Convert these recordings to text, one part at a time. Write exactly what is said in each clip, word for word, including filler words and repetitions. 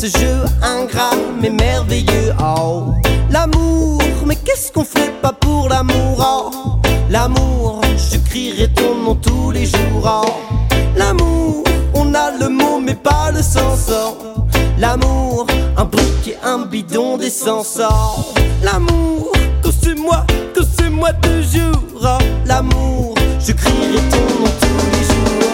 ce jeu ingrat mais merveilleux. Oh, l'amour, mais qu'est-ce qu'on ferait pas pour l'amour? Oh, l'amour, je crierai ton nom tous les jours. Oh, l'amour, on a le mot mais pas le sens. Oh, l'amour, un brick et un bidon d'essence. Oh, l'amour, que c'est moi, que c'est moi toujours. Oh, l'amour, je crierai ton nom tous les jours.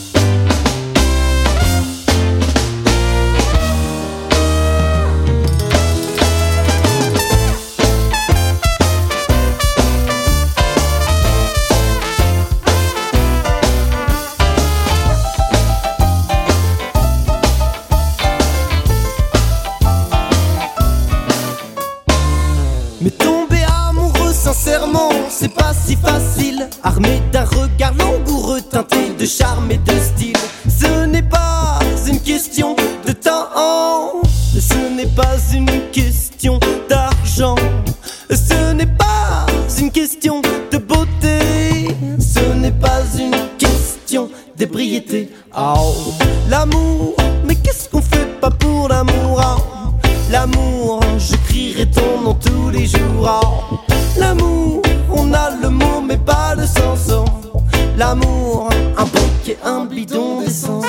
Mais tomber amoureux sincèrement, c'est pas si facile. Armé d'un regard langoureux teinté de charme et de style. Ce n'est pas une question de temps, ce n'est pas une question d'argent, ce n'est pas une question de beauté, ce n'est pas une question d'ébriété. Oh, l'amour, mais qu'est-ce qu'on fait pas pour l'amour? Oh, l'amour, je crierai ton nom tous les jours. Oh, l'amour, on a le mot mais pas le sens. Oh, l'amour, un brick et un bidon d'essence.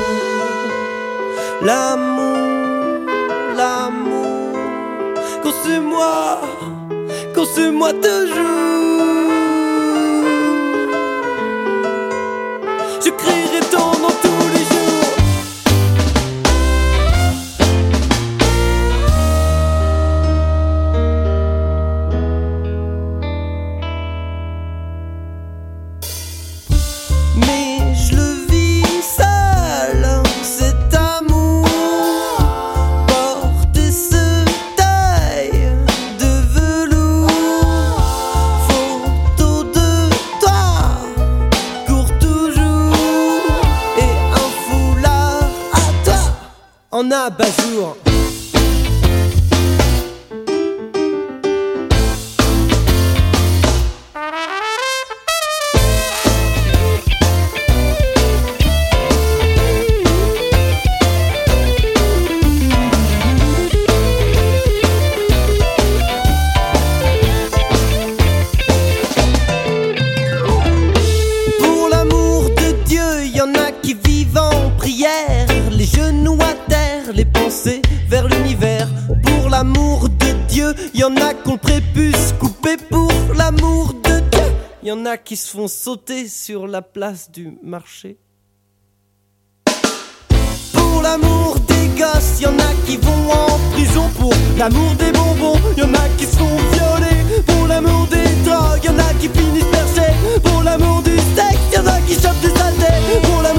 L'amour, l'amour, quand c'est moi, quand c'est moi toujours, je crierai ton nom tous les jours. En abat-jour. Pour l'amour de Dieu, y en a qui vivent en prière, les genoux à terre, les pensées vers l'univers. Pour l'amour de Dieu, y en a qu'on le prépuce coupé. Pour l'amour de Dieu, y en a qui se font sauter sur la place du marché. Pour l'amour des gosses, y en a qui vont en prison. Pour l'amour des bonbons, y en a qui se font violer. Pour l'amour des drogues, y en a qui finissent perchés. Pour l'amour du steak, y en a qui chopent des saletés. Pour l'amour